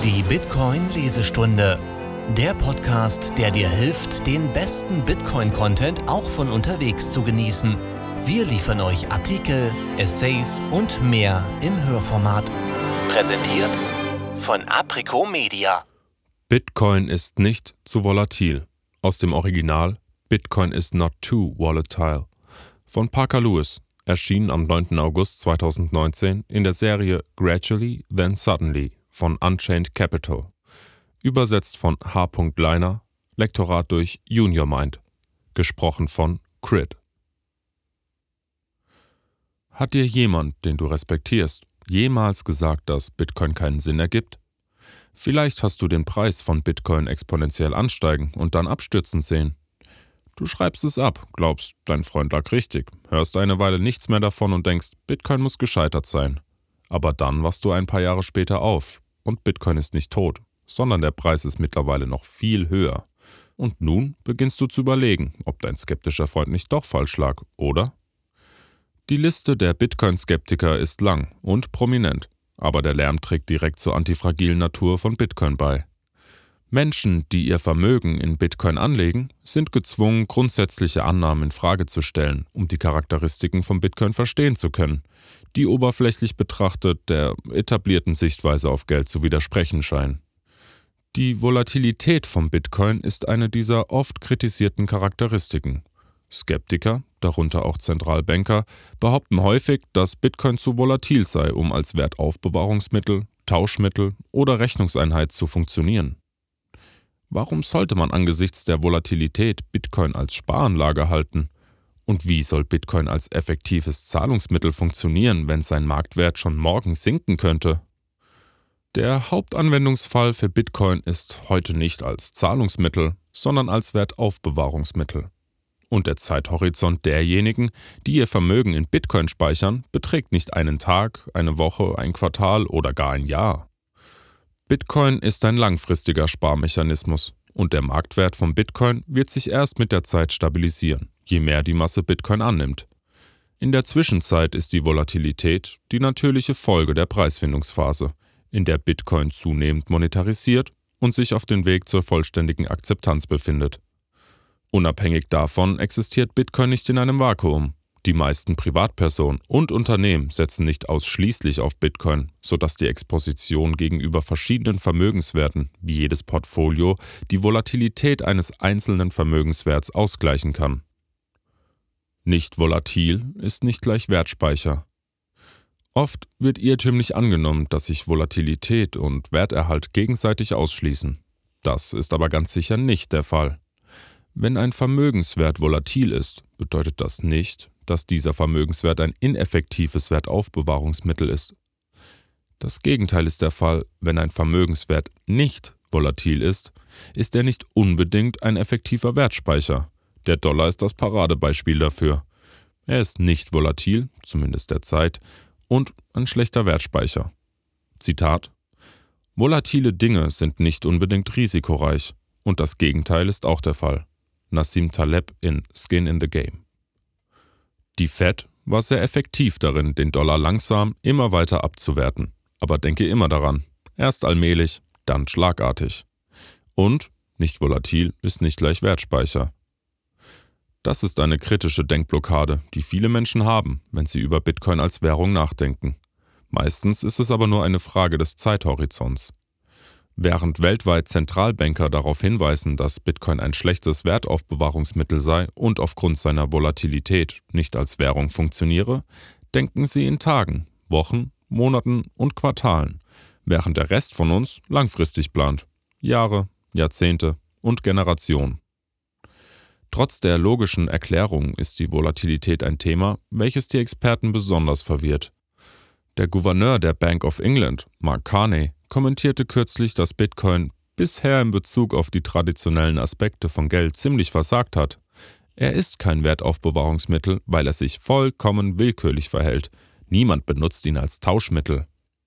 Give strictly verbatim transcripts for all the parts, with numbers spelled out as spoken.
Die Bitcoin-Lesestunde. Der Podcast, der dir hilft, den besten Bitcoin-Content auch von unterwegs zu genießen. Wir liefern euch Artikel, Essays und mehr im Hörformat. Präsentiert von Apricot Media. Bitcoin ist nicht zu volatil. Aus dem Original Bitcoin is not too volatile von Parker Lewis, erschienen am neunten August zweitausendneunzehn in der Serie Gradually Then Suddenly von Unchained Capital. Übersetzt von H. Leiner, Lektorat durch Junior Mind. Gesprochen von Crit. Hat dir jemand, den du respektierst, jemals gesagt, dass Bitcoin keinen Sinn ergibt? Vielleicht hast du den Preis von Bitcoin exponentiell ansteigen und dann abstürzen sehen. Du schreibst es ab, glaubst, dein Freund lag richtig, hörst eine Weile nichts mehr davon und denkst, Bitcoin muss gescheitert sein. Aber dann wachst du ein paar Jahre später auf und Bitcoin ist nicht tot, sondern der Preis ist mittlerweile noch viel höher. Und nun beginnst du zu überlegen, ob dein skeptischer Freund nicht doch falsch lag, oder? Die Liste der Bitcoin-Skeptiker ist lang und prominent, aber der Lärm trägt direkt zur antifragilen Natur von Bitcoin bei. Menschen, die ihr Vermögen in Bitcoin anlegen, sind gezwungen, grundsätzliche Annahmen in Frage zu stellen, um die Charakteristiken von Bitcoin verstehen zu können, die oberflächlich betrachtet der etablierten Sichtweise auf Geld zu widersprechen scheinen. Die Volatilität von Bitcoin ist eine dieser oft kritisierten Charakteristiken. Skeptiker, darunter auch Zentralbanker, behaupten häufig, dass Bitcoin zu volatil sei, um als Wertaufbewahrungsmittel, Tauschmittel oder Rechnungseinheit zu funktionieren. Warum sollte man angesichts der Volatilität Bitcoin als Sparanlage halten? Und wie soll Bitcoin als effektives Zahlungsmittel funktionieren, wenn sein Marktwert schon morgen sinken könnte? Der Hauptanwendungsfall für Bitcoin ist heute nicht als Zahlungsmittel, sondern als Wertaufbewahrungsmittel. Und der Zeithorizont derjenigen, die ihr Vermögen in Bitcoin speichern, beträgt nicht einen Tag, eine Woche, ein Quartal oder gar ein Jahr. Bitcoin ist ein langfristiger Sparmechanismus und der Marktwert von Bitcoin wird sich erst mit der Zeit stabilisieren, je mehr die Masse Bitcoin annimmt. In der Zwischenzeit ist die Volatilität die natürliche Folge der Preisfindungsphase, in der Bitcoin zunehmend monetarisiert und sich auf dem Weg zur vollständigen Akzeptanz befindet. Unabhängig davon existiert Bitcoin nicht in einem Vakuum. Die meisten Privatpersonen und Unternehmen setzen nicht ausschließlich auf Bitcoin, sodass die Exposition gegenüber verschiedenen Vermögenswerten, wie jedes Portfolio, die Volatilität eines einzelnen Vermögenswerts ausgleichen kann. Nicht volatil ist nicht gleich Wertspeicher. Oft wird irrtümlich angenommen, dass sich Volatilität und Werterhalt gegenseitig ausschließen. Das ist aber ganz sicher nicht der Fall. Wenn ein Vermögenswert volatil ist, bedeutet das nicht, dass dieser Vermögenswert ein ineffektives Wertaufbewahrungsmittel ist. Das Gegenteil ist der Fall, wenn ein Vermögenswert nicht volatil ist, ist er nicht unbedingt ein effektiver Wertspeicher. Der Dollar ist das Paradebeispiel dafür. Er ist nicht volatil, zumindest derzeit, und ein schlechter Wertspeicher. Zitat: Volatile Dinge sind nicht unbedingt risikoreich, und das Gegenteil ist auch der Fall. Nassim Taleb in Skin in the Game. Die Fed war sehr effektiv darin, den Dollar langsam immer weiter abzuwerten. Aber denke immer daran, erst allmählich, dann schlagartig. Und nicht volatil ist nicht gleich Wertspeicher. Das ist eine kritische Denkblockade, die viele Menschen haben, wenn sie über Bitcoin als Währung nachdenken. Meistens ist es aber nur eine Frage des Zeithorizonts. Während weltweit Zentralbanker darauf hinweisen, dass Bitcoin ein schlechtes Wertaufbewahrungsmittel sei und aufgrund seiner Volatilität nicht als Währung funktioniere, denken sie in Tagen, Wochen, Monaten und Quartalen, während der Rest von uns langfristig plant, Jahre, Jahrzehnte und Generationen. Trotz der logischen Erklärung ist die Volatilität ein Thema, welches die Experten besonders verwirrt. Der Gouverneur der Bank of England, Mark Carney, kommentierte kürzlich, dass Bitcoin bisher in Bezug auf die traditionellen Aspekte von Geld ziemlich versagt hat. Er ist kein Wertaufbewahrungsmittel, weil er sich vollkommen willkürlich verhält. Niemand benutzt ihn als Tauschmittel.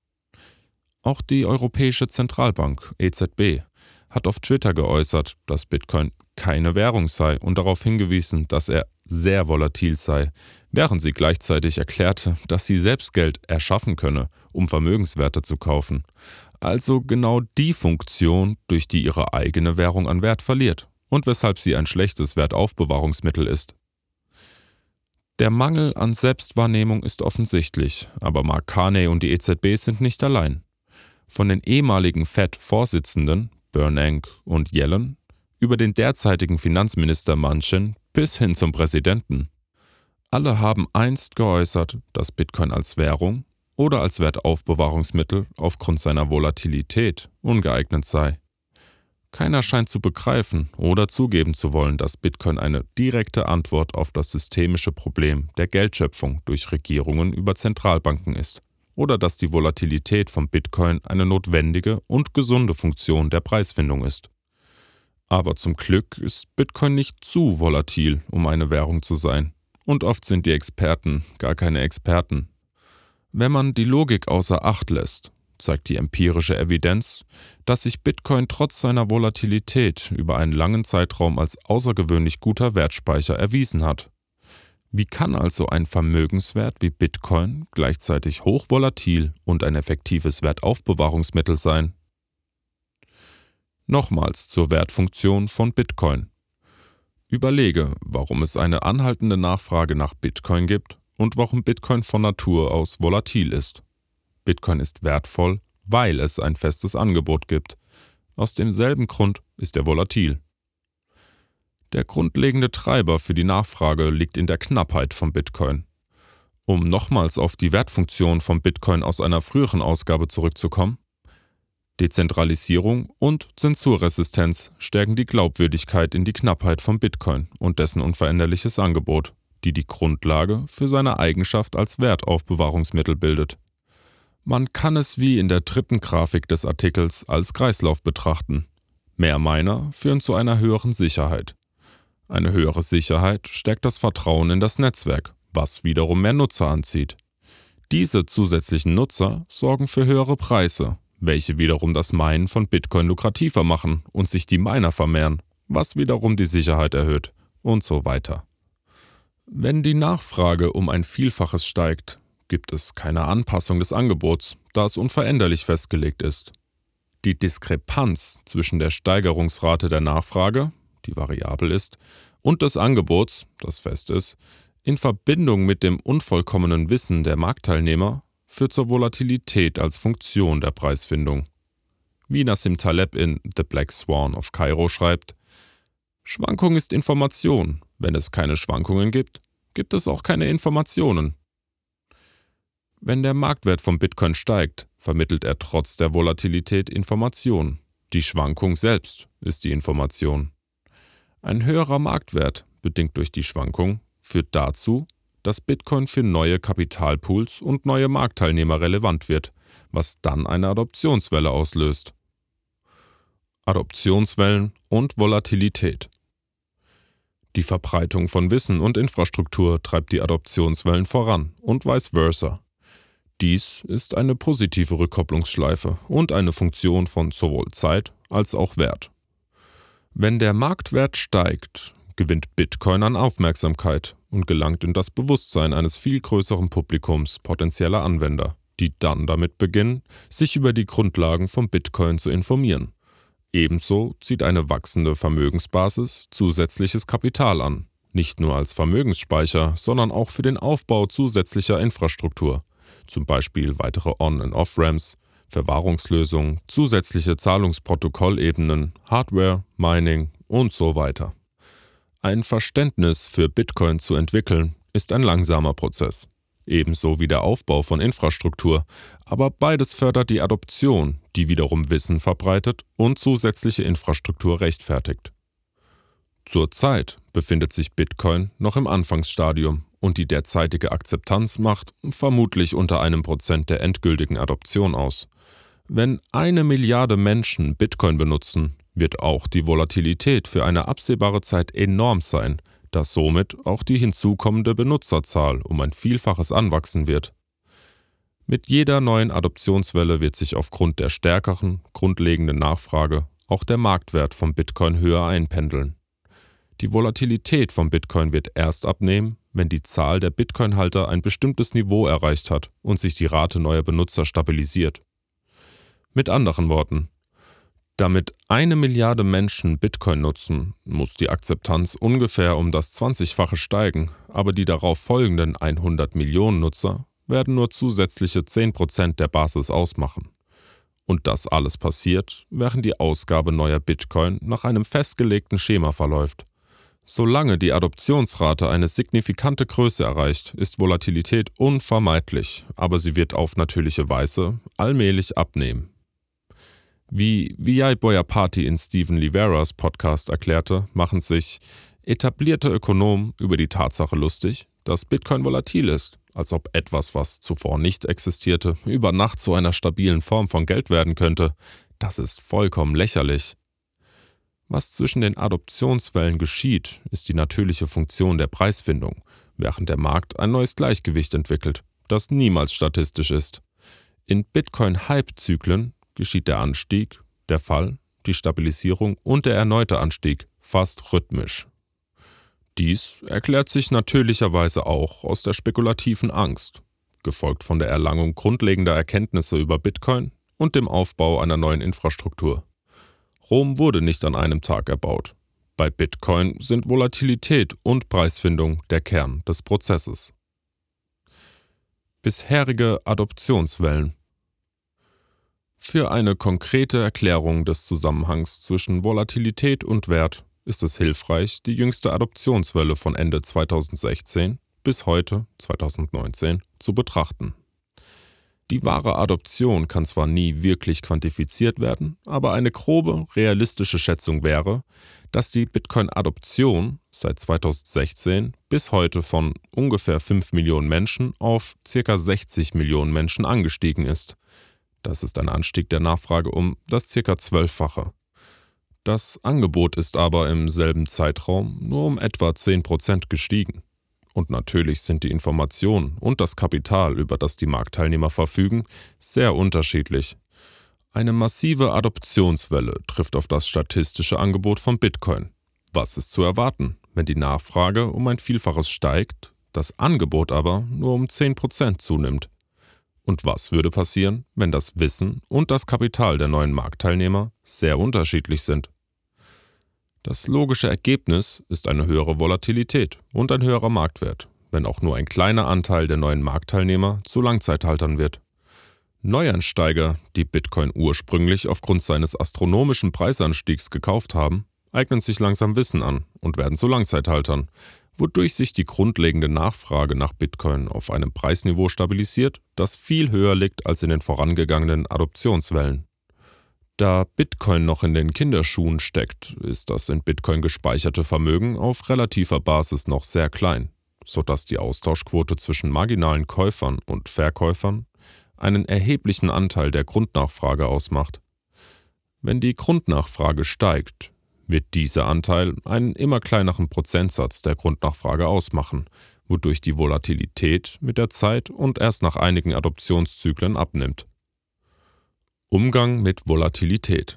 Auch die Europäische Zentralbank, E Z B, hat auf Twitter geäußert, dass Bitcoin keine Währung sei und darauf hingewiesen, dass er sehr volatil sei, während sie gleichzeitig erklärte, dass sie selbst Geld erschaffen könne, um Vermögenswerte zu kaufen. Also genau die Funktion, durch die ihre eigene Währung an Wert verliert und weshalb sie ein schlechtes Wertaufbewahrungsmittel ist. Der Mangel an Selbstwahrnehmung ist offensichtlich, aber Mark Carney und die E Z B sind nicht allein. Von den ehemaligen Fed-Vorsitzenden Bernanke und Yellen über den derzeitigen Finanzminister Mnuchin bis hin zum Präsidenten. Alle haben einst geäußert, dass Bitcoin als Währung oder als Wertaufbewahrungsmittel aufgrund seiner Volatilität ungeeignet sei. Keiner scheint zu begreifen oder zugeben zu wollen, dass Bitcoin eine direkte Antwort auf das systemische Problem der Geldschöpfung durch Regierungen über Zentralbanken ist oder dass die Volatilität von Bitcoin eine notwendige und gesunde Funktion der Preisfindung ist. Aber zum Glück ist Bitcoin nicht zu volatil, um eine Währung zu sein. Und oft sind die Experten gar keine Experten. Wenn man die Logik außer Acht lässt, zeigt die empirische Evidenz, dass sich Bitcoin trotz seiner Volatilität über einen langen Zeitraum als außergewöhnlich guter Wertspeicher erwiesen hat. Wie kann also ein Vermögenswert wie Bitcoin gleichzeitig hochvolatil und ein effektives Wertaufbewahrungsmittel sein? Nochmals zur Wertfunktion von Bitcoin. Überlege, warum es eine anhaltende Nachfrage nach Bitcoin gibt und warum Bitcoin von Natur aus volatil ist. Bitcoin ist wertvoll, weil es ein festes Angebot gibt. Aus demselben Grund ist er volatil. Der grundlegende Treiber für die Nachfrage liegt in der Knappheit von Bitcoin. Um nochmals auf die Wertfunktion von Bitcoin aus einer früheren Ausgabe zurückzukommen: Dezentralisierung und Zensurresistenz stärken die Glaubwürdigkeit in die Knappheit von Bitcoin und dessen unveränderliches Angebot, die die Grundlage für seine Eigenschaft als Wertaufbewahrungsmittel bildet. Man kann es wie in der dritten Grafik des Artikels als Kreislauf betrachten. Mehr Miner führen zu einer höheren Sicherheit. Eine höhere Sicherheit stärkt das Vertrauen in das Netzwerk, was wiederum mehr Nutzer anzieht. Diese zusätzlichen Nutzer sorgen für höhere Preise, welche wiederum das Minen von Bitcoin lukrativer machen und sich die Miner vermehren, was wiederum die Sicherheit erhöht und so weiter. Wenn die Nachfrage um ein Vielfaches steigt, gibt es keine Anpassung des Angebots, da es unveränderlich festgelegt ist. Die Diskrepanz zwischen der Steigerungsrate der Nachfrage, die variabel ist, und des Angebots, das fest ist, in Verbindung mit dem unvollkommenen Wissen der Marktteilnehmer, führt zur Volatilität als Funktion der Preisfindung. Wie Nassim Taleb in The Black Swan of Kairo schreibt: Schwankung ist Information. Wenn es keine Schwankungen gibt, gibt es auch keine Informationen. Wenn der Marktwert von Bitcoin steigt, vermittelt er trotz der Volatilität Information. Die Schwankung selbst ist die Information. Ein höherer Marktwert, bedingt durch die Schwankung, führt dazu, dass Bitcoin für neue Kapitalpools und neue Marktteilnehmer relevant wird, was dann eine Adoptionswelle auslöst. Adoptionswellen und Volatilität. Die Verbreitung von Wissen und Infrastruktur treibt die Adoptionswellen voran und vice versa. Dies ist eine positive Rückkopplungsschleife und eine Funktion von sowohl Zeit als auch Wert. Wenn der Marktwert steigt, gewinnt Bitcoin an Aufmerksamkeit und gelangt in das Bewusstsein eines viel größeren Publikums potenzieller Anwender, die dann damit beginnen, sich über die Grundlagen von Bitcoin zu informieren. Ebenso zieht eine wachsende Vermögensbasis zusätzliches Kapital an, nicht nur als Vermögensspeicher, sondern auch für den Aufbau zusätzlicher Infrastruktur, zum Beispiel weitere On- und Off-Ramps, Verwahrungslösungen, zusätzliche Zahlungsprotokollebenen, Hardware, Mining und so weiter. Ein Verständnis für Bitcoin zu entwickeln, ist ein langsamer Prozess, ebenso wie der Aufbau von Infrastruktur, aber beides fördert die Adoption, die wiederum Wissen verbreitet und zusätzliche Infrastruktur rechtfertigt. Zurzeit befindet sich Bitcoin noch im Anfangsstadium und die derzeitige Akzeptanz macht vermutlich unter einem Prozent der endgültigen Adoption aus. Wenn eine Milliarde Menschen Bitcoin benutzen, wird auch die Volatilität für eine absehbare Zeit enorm sein, da somit auch die hinzukommende Benutzerzahl um ein Vielfaches anwachsen wird. Mit jeder neuen Adoptionswelle wird sich aufgrund der stärkeren, grundlegenden Nachfrage auch der Marktwert von Bitcoin höher einpendeln. Die Volatilität von Bitcoin wird erst abnehmen, wenn die Zahl der Bitcoin-Halter ein bestimmtes Niveau erreicht hat und sich die Rate neuer Benutzer stabilisiert. Mit anderen Worten, damit eine Milliarde Menschen Bitcoin nutzen, muss die Akzeptanz ungefähr um das zwanzigfache steigen, aber die darauf folgenden hundert Millionen Nutzer werden nur zusätzliche zehn Prozent der Basis ausmachen. Und das alles passiert, während die Ausgabe neuer Bitcoin nach einem festgelegten Schema verläuft. Solange die Adoptionsrate eine signifikante Größe erreicht, ist Volatilität unvermeidlich, aber sie wird auf natürliche Weise allmählich abnehmen. Wie Vijay Boyapati in Stephen Liveras Podcast erklärte, machen sich etablierte Ökonomen über die Tatsache lustig, dass Bitcoin volatil ist, als ob etwas, was zuvor nicht existierte, über Nacht zu einer stabilen Form von Geld werden könnte. Das ist vollkommen lächerlich. Was zwischen den Adoptionswellen geschieht, ist die natürliche Funktion der Preisfindung, während der Markt ein neues Gleichgewicht entwickelt, das niemals statistisch ist. In Bitcoin-Hype-Zyklen geschieht der Anstieg, der Fall, die Stabilisierung und der erneute Anstieg fast rhythmisch. Dies erklärt sich natürlicherweise auch aus der spekulativen Angst, gefolgt von der Erlangung grundlegender Erkenntnisse über Bitcoin und dem Aufbau einer neuen Infrastruktur. Rom wurde nicht an einem Tag erbaut. Bei Bitcoin sind Volatilität und Preisfindung der Kern des Prozesses. Bisherige Adoptionswellen. Für eine konkrete Erklärung des Zusammenhangs zwischen Volatilität und Wert ist es hilfreich, die jüngste Adoptionswelle von Ende zweitausendsechzehn bis heute, zweitausendneunzehn, zu betrachten. Die wahre Adoption kann zwar nie wirklich quantifiziert werden, aber eine grobe, realistische Schätzung wäre, dass die Bitcoin-Adoption seit zweitausendsechzehn bis heute von ungefähr fünf Millionen Menschen auf ca. sechzig Millionen Menschen angestiegen ist. Das ist ein Anstieg der Nachfrage um das ca. zwölffache. Das Angebot ist aber im selben Zeitraum nur um etwa zehn Prozent gestiegen. Und natürlich sind die Informationen und das Kapital, über das die Marktteilnehmer verfügen, sehr unterschiedlich. Eine massive Adoptionswelle trifft auf das statistische Angebot von Bitcoin. Was ist zu erwarten, wenn die Nachfrage um ein Vielfaches steigt, das Angebot aber nur um zehn Prozent zunimmt? Und was würde passieren, wenn das Wissen und das Kapital der neuen Marktteilnehmer sehr unterschiedlich sind? Das logische Ergebnis ist eine höhere Volatilität und ein höherer Marktwert, wenn auch nur ein kleiner Anteil der neuen Marktteilnehmer zu Langzeithaltern wird. Neueinsteiger, die Bitcoin ursprünglich aufgrund seines astronomischen Preisanstiegs gekauft haben, eignen sich langsam Wissen an und werden zu Langzeithaltern, wodurch sich die grundlegende Nachfrage nach Bitcoin auf einem Preisniveau stabilisiert, das viel höher liegt als in den vorangegangenen Adoptionswellen. Da Bitcoin noch in den Kinderschuhen steckt, ist das in Bitcoin gespeicherte Vermögen auf relativer Basis noch sehr klein, sodass die Austauschquote zwischen marginalen Käufern und Verkäufern einen erheblichen Anteil der Grundnachfrage ausmacht. Wenn die Grundnachfrage steigt, wird dieser Anteil einen immer kleineren Prozentsatz der Grundnachfrage ausmachen, wodurch die Volatilität mit der Zeit und erst nach einigen Adoptionszyklen abnimmt. Umgang mit Volatilität.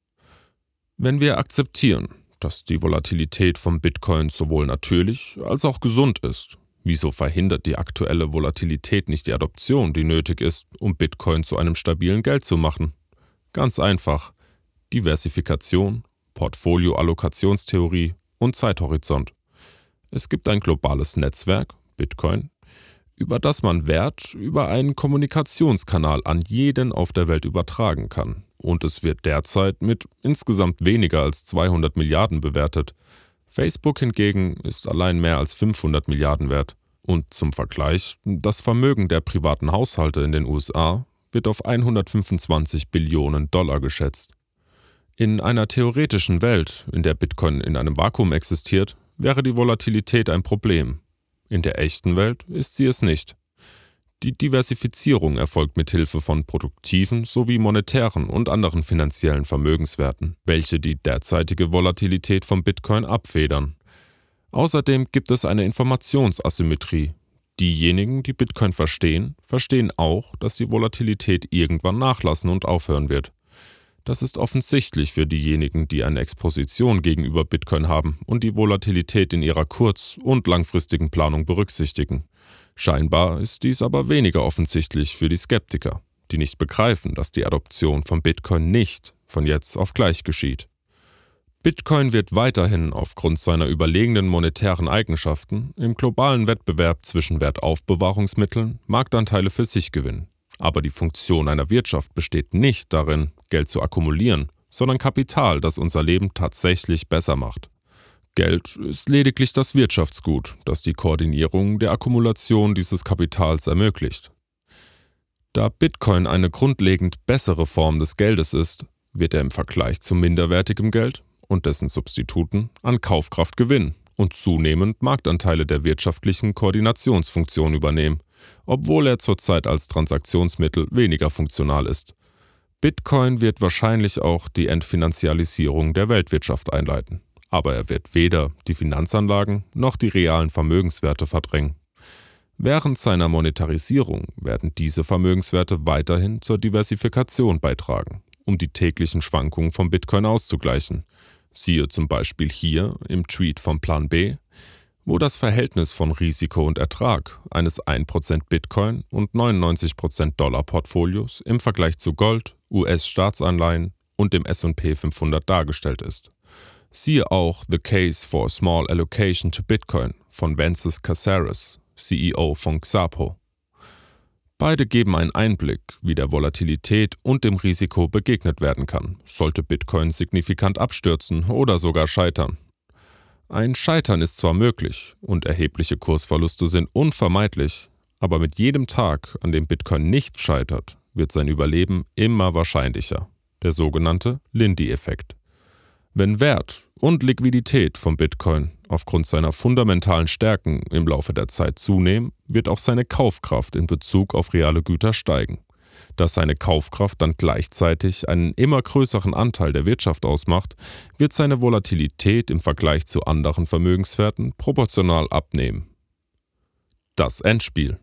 Wenn wir akzeptieren, dass die Volatilität von Bitcoin sowohl natürlich als auch gesund ist, wieso verhindert die aktuelle Volatilität nicht die Adoption, die nötig ist, um Bitcoin zu einem stabilen Geld zu machen? Ganz einfach: Diversifikation, Portfolio-Allokationstheorie und Zeithorizont. Es gibt ein globales Netzwerk, Bitcoin, über das man Wert über einen Kommunikationskanal an jeden auf der Welt übertragen kann. Und es wird derzeit mit insgesamt weniger als zweihundert Milliarden bewertet. Facebook hingegen ist allein mehr als fünfhundert Milliarden wert. Und zum Vergleich, das Vermögen der privaten Haushalte in den U S A wird auf hundertfünfundzwanzig Billionen Dollar geschätzt. In einer theoretischen Welt, in der Bitcoin in einem Vakuum existiert, wäre die Volatilität ein Problem. In der echten Welt ist sie es nicht. Die Diversifizierung erfolgt mit Hilfe von produktiven sowie monetären und anderen finanziellen Vermögenswerten, welche die derzeitige Volatilität von Bitcoin abfedern. Außerdem gibt es eine Informationsasymmetrie. Diejenigen, die Bitcoin verstehen, verstehen auch, dass die Volatilität irgendwann nachlassen und aufhören wird. Das ist offensichtlich für diejenigen, die eine Exposition gegenüber Bitcoin haben und die Volatilität in ihrer kurz- und langfristigen Planung berücksichtigen. Scheinbar ist dies aber weniger offensichtlich für die Skeptiker, die nicht begreifen, dass die Adoption von Bitcoin nicht von jetzt auf gleich geschieht. Bitcoin wird weiterhin aufgrund seiner überlegenen monetären Eigenschaften im globalen Wettbewerb zwischen Wertaufbewahrungsmitteln Marktanteile für sich gewinnen. Aber die Funktion einer Wirtschaft besteht nicht darin, Geld zu akkumulieren, sondern Kapital, das unser Leben tatsächlich besser macht. Geld ist lediglich das Wirtschaftsgut, das die Koordinierung der Akkumulation dieses Kapitals ermöglicht. Da Bitcoin eine grundlegend bessere Form des Geldes ist, wird er im Vergleich zu minderwertigem Geld und dessen Substituten an Kaufkraft gewinnen und zunehmend Marktanteile der wirtschaftlichen Koordinationsfunktion übernehmen, obwohl er zurzeit als Transaktionsmittel weniger funktional ist. Bitcoin wird wahrscheinlich auch die Entfinanzialisierung der Weltwirtschaft einleiten, aber er wird weder die Finanzanlagen noch die realen Vermögenswerte verdrängen. Während seiner Monetarisierung werden diese Vermögenswerte weiterhin zur Diversifikation beitragen, um die täglichen Schwankungen von Bitcoin auszugleichen. Siehe zum Beispiel hier im Tweet vom Plan B, wo das Verhältnis von Risiko und Ertrag eines ein Prozent Bitcoin und neunundneunzig Prozent Dollar-Portfolios im Vergleich zu Gold, U S-Staatsanleihen und dem S und P fünfhundert dargestellt ist. Siehe auch The Case for a Small Allocation to Bitcoin von Vences Caceres, C E O von Xapo. Beide geben einen Einblick, wie der Volatilität und dem Risiko begegnet werden kann, sollte Bitcoin signifikant abstürzen oder sogar scheitern. Ein Scheitern ist zwar möglich und erhebliche Kursverluste sind unvermeidlich, aber mit jedem Tag, an dem Bitcoin nicht scheitert, wird sein Überleben immer wahrscheinlicher, der sogenannte Lindy-Effekt. Wenn Wert und Liquidität von Bitcoin aufgrund seiner fundamentalen Stärken im Laufe der Zeit zunehmen, wird auch seine Kaufkraft in Bezug auf reale Güter steigen. Da seine Kaufkraft dann gleichzeitig einen immer größeren Anteil der Wirtschaft ausmacht, wird seine Volatilität im Vergleich zu anderen Vermögenswerten proportional abnehmen. Das Endspiel.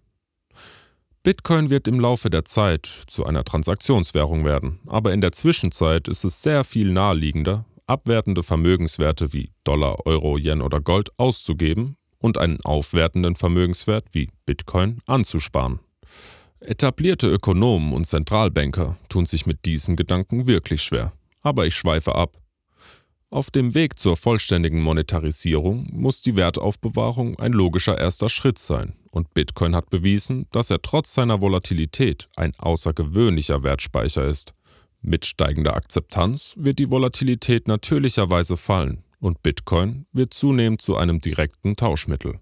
Bitcoin wird im Laufe der Zeit zu einer Transaktionswährung werden, aber in der Zwischenzeit ist es sehr viel naheliegender, abwertende Vermögenswerte wie Dollar, Euro, Yen oder Gold auszugeben und einen aufwertenden Vermögenswert wie Bitcoin anzusparen. Etablierte Ökonomen und Zentralbanker tun sich mit diesem Gedanken wirklich schwer, aber ich schweife ab. Auf dem Weg zur vollständigen Monetarisierung muss die Wertaufbewahrung ein logischer erster Schritt sein und Bitcoin hat bewiesen, dass er trotz seiner Volatilität ein außergewöhnlicher Wertspeicher ist. Mit steigender Akzeptanz wird die Volatilität natürlicherweise fallen und Bitcoin wird zunehmend zu einem direkten Tauschmittel.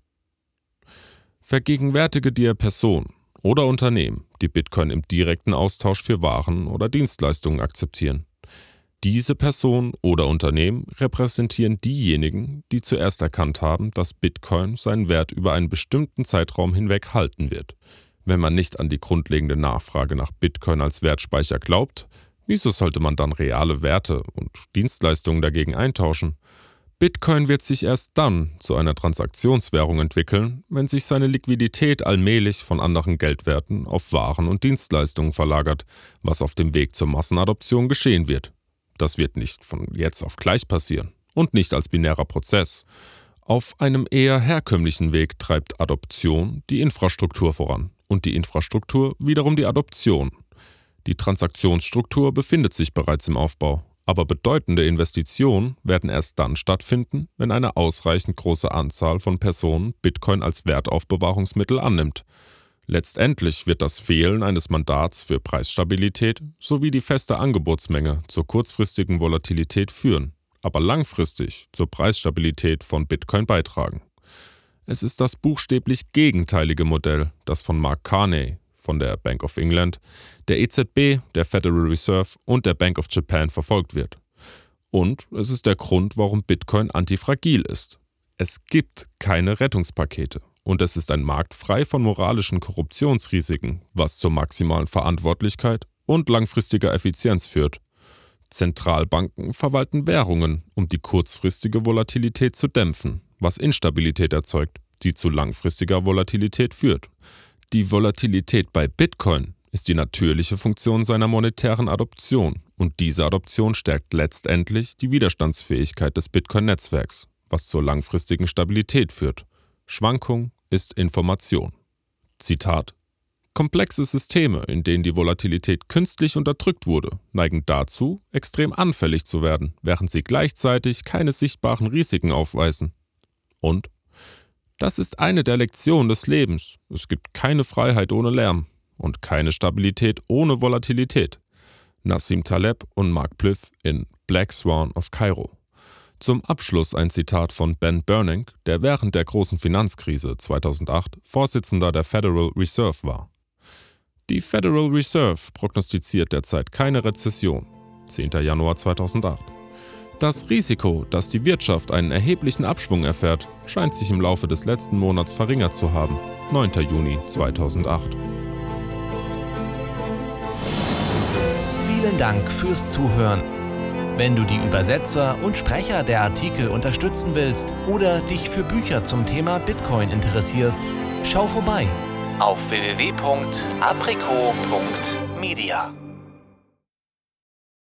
Vergegenwärtige dir Personen oder Unternehmen, die Bitcoin im direkten Austausch für Waren oder Dienstleistungen akzeptieren. Diese Personen oder Unternehmen repräsentieren diejenigen, die zuerst erkannt haben, dass Bitcoin seinen Wert über einen bestimmten Zeitraum hinweg halten wird. Wenn man nicht an die grundlegende Nachfrage nach Bitcoin als Wertspeicher glaubt, wieso sollte man dann reale Werte und Dienstleistungen dagegen eintauschen? Bitcoin wird sich erst dann zu einer Transaktionswährung entwickeln, wenn sich seine Liquidität allmählich von anderen Geldwerten auf Waren und Dienstleistungen verlagert, was auf dem Weg zur Massenadoption geschehen wird. Das wird nicht von jetzt auf gleich passieren und nicht als binärer Prozess. Auf einem eher herkömmlichen Weg treibt Adoption die Infrastruktur voran und die Infrastruktur wiederum die Adoption. Die Transaktionsstruktur befindet sich bereits im Aufbau, aber bedeutende Investitionen werden erst dann stattfinden, wenn eine ausreichend große Anzahl von Personen Bitcoin als Wertaufbewahrungsmittel annimmt. Letztendlich wird das Fehlen eines Mandats für Preisstabilität sowie die feste Angebotsmenge zur kurzfristigen Volatilität führen, aber langfristig zur Preisstabilität von Bitcoin beitragen. Es ist das buchstäblich gegenteilige Modell, das von Mark Carney von der Bank of England, der E Z B, der Federal Reserve und der Bank of Japan verfolgt wird. Und es ist der Grund, warum Bitcoin antifragil ist. Es gibt keine Rettungspakete und es ist ein Markt frei von moralischen Korruptionsrisiken, was zur maximalen Verantwortlichkeit und langfristiger Effizienz führt. Zentralbanken verwalten Währungen, um die kurzfristige Volatilität zu dämpfen, was Instabilität erzeugt, die zu langfristiger Volatilität führt. Die Volatilität bei Bitcoin ist die natürliche Funktion seiner monetären Adoption und diese Adoption stärkt letztendlich die Widerstandsfähigkeit des Bitcoin-Netzwerks, was zur langfristigen Stabilität führt. Schwankung ist Information. Zitat: Komplexe Systeme, in denen die Volatilität künstlich unterdrückt wurde, neigen dazu, extrem anfällig zu werden, während sie gleichzeitig keine sichtbaren Risiken aufweisen. Und? Das ist eine der Lektionen des Lebens. Es gibt keine Freiheit ohne Lärm und keine Stabilität ohne Volatilität. Nassim Taleb und Mark Plyth in Black Swan of Cairo. Zum Abschluss ein Zitat von Ben Bernanke, der während der großen Finanzkrise zweitausendacht Vorsitzender der Federal Reserve war. Die Federal Reserve prognostiziert derzeit keine Rezession. zehnter Januar zweitausendacht. Das Risiko, dass die Wirtschaft einen erheblichen Abschwung erfährt, scheint sich im Laufe des letzten Monats verringert zu haben. neunter Juni zweitausendacht. Vielen Dank fürs Zuhören. Wenn du die Übersetzer und Sprecher der Artikel unterstützen willst oder dich für Bücher zum Thema Bitcoin interessierst, schau vorbei auf w w w punkt aprico punkt media.